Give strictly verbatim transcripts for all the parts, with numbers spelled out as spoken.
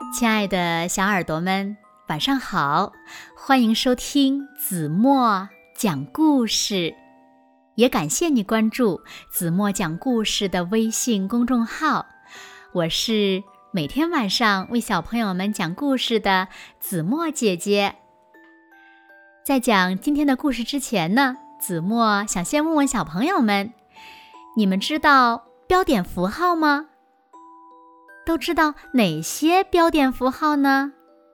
亲爱的小耳朵们，晚上好，欢迎收听子墨讲故事，也感谢你关注子墨讲故事的微信公众号。我是每天晚上为小朋友们讲故事的子墨姐姐。在讲今天的故事之前呢，子墨想先问问小朋友们，你们知道标点符号吗？都知道哪些标点符号呢？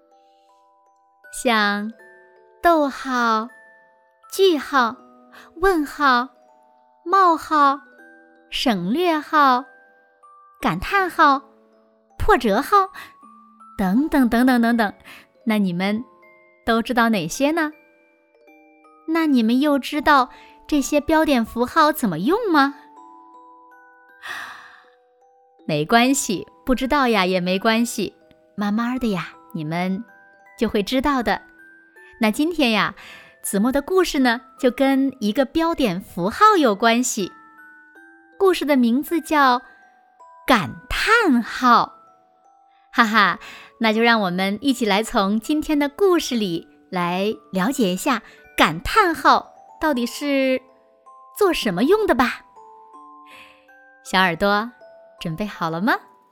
像逗号、句号、问号、冒号、省略号、感叹号、破折号等等等等等等，那你们都知道哪些呢？那你们又知道这些标点符号怎么用吗？没关系，不知道呀也没关系，慢慢的呀，你们就会知道的。那今天呀，子墨的故事呢，就跟一个标点符号有关系。故事的名字叫感叹号。哈哈，那就让我们一起来从今天的故事里来了解一下感叹号到底是做什么用的吧。小耳朵准备好了吗？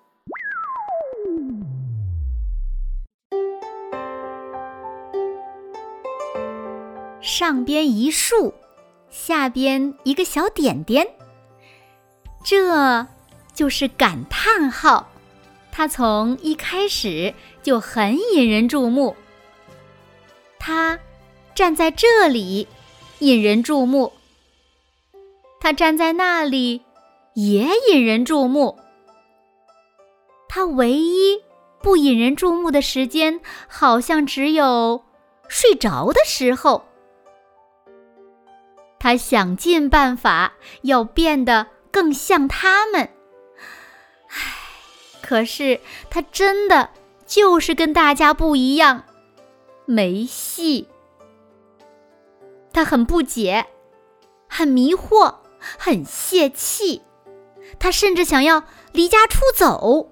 上边一竖，下边一个小点点，这就是感叹号。它从一开始就很引人注目。它站在这里，引人注目；它站在那里，也引人注目。他唯一不引人注目的时间，好像只有睡着的时候。他想尽办法要变得更像他们，唉，可是他真的就是跟大家不一样，没戏。他很不解，很迷惑，很泄气，他甚至想要离家出走。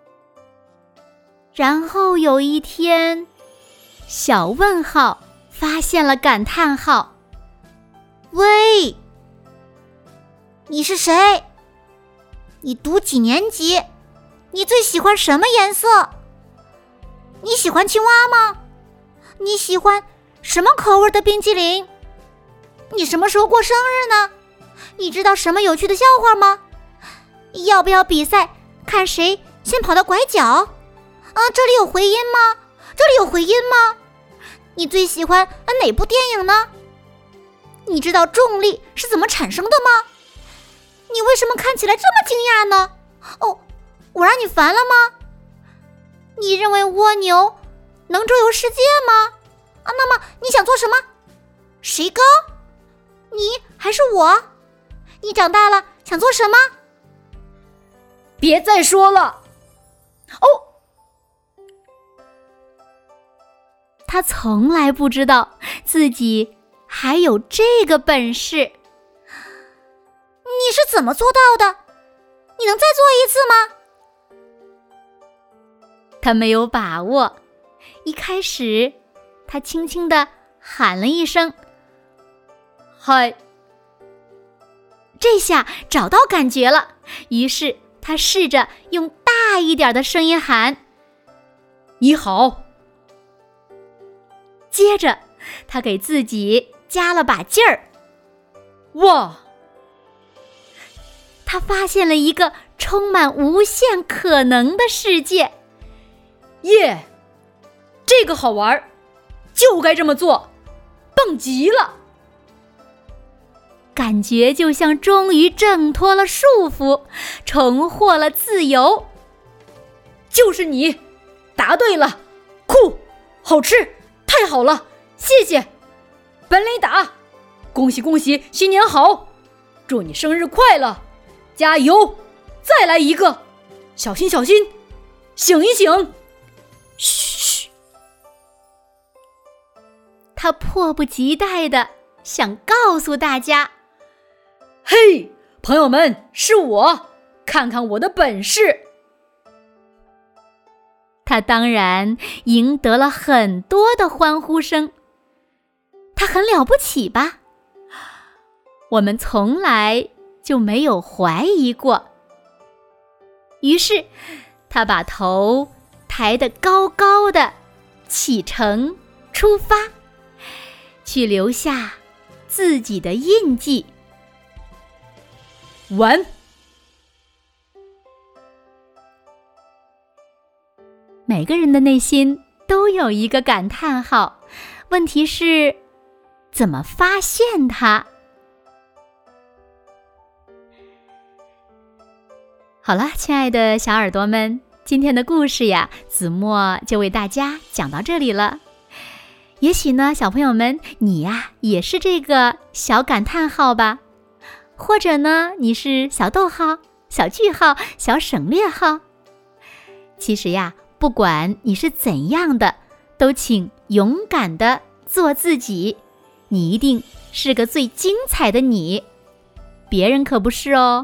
然后有一天，小问号发现了感叹号。 喂，你是谁？你读几年级？你最喜欢什么颜色？你喜欢青蛙吗？你喜欢什么口味的冰淇淋？你什么时候过生日呢？你知道什么有趣的笑话吗？要不要比赛看谁先跑到拐角？啊，这里有回音吗？这里有回音吗？你最喜欢哪部电影呢？你知道重力是怎么产生的吗？你为什么看起来这么惊讶呢？哦，我让你烦了吗？你认为蜗牛能周游世界吗？啊，那么你想做什么？谁高？你还是我？你长大了想做什么？ 别再说了！哦， 他从来不知道自己还有这个本事。 你是怎么做到的？你能再做一次吗？ 他没有把握。一开始，他轻轻地喊了一声嗨，这下找到感觉了，于是他试着用大一点的声音喊你好。 接着他给自己加了把劲儿， 哇！ 他发现了一个充满无限可能的世界。 耶！这个好玩，就该这么做，棒极了！ 感觉就像终于挣脱了束缚，重获了自由。 就是你，答对了，酷，好吃，太好了，谢谢。本雷达，恭喜恭喜，新年好，祝你生日快乐，加油，再来一个，小心小心，醒一醒，嘘。 他迫不及待地想告诉大家， 嘿，朋友们，是我，看看我的本事。 他当然赢得了很多的欢呼声。他很了不起吧？我们从来就没有怀疑过。于是，他把头抬得高高的，启程出发，去留下自己的印记。 完。 每个人的内心都有一个感叹号，问题是怎么发现它？好了，亲爱的小耳朵们，今天的故事呀，子墨就为大家讲到这里了。也许呢，小朋友们，你呀也是这个小感叹号吧，或者呢，你是小逗号、小句号、小省略号。其实呀，不管你是怎样的，都请勇敢地做自己，你一定是个最精彩的你，别人可不是哦。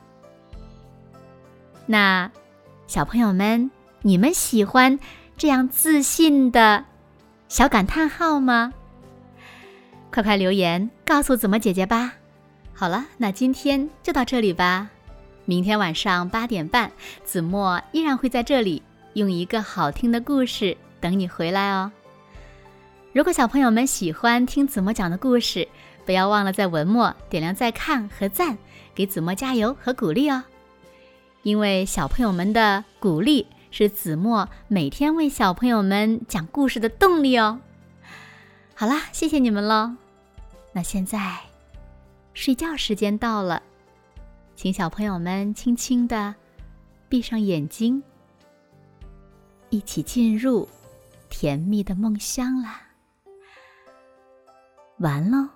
那小朋友们，你们喜欢这样自信的小感叹号吗？快快留言告诉子墨姐姐吧。好了，那今天就到这里吧。明天晚上八点半，子墨依然会在这里用一个好听的故事等你回来哦。如果小朋友们喜欢听子墨讲的故事，不要忘了在文末点亮再看和赞，给子墨加油和鼓励哦。因为小朋友们的鼓励是子墨每天为小朋友们讲故事的动力哦。好啦，谢谢你们咯。那现在睡觉时间到了，请小朋友们轻轻地闭上眼睛，一起进入甜蜜的梦乡啦。完喽。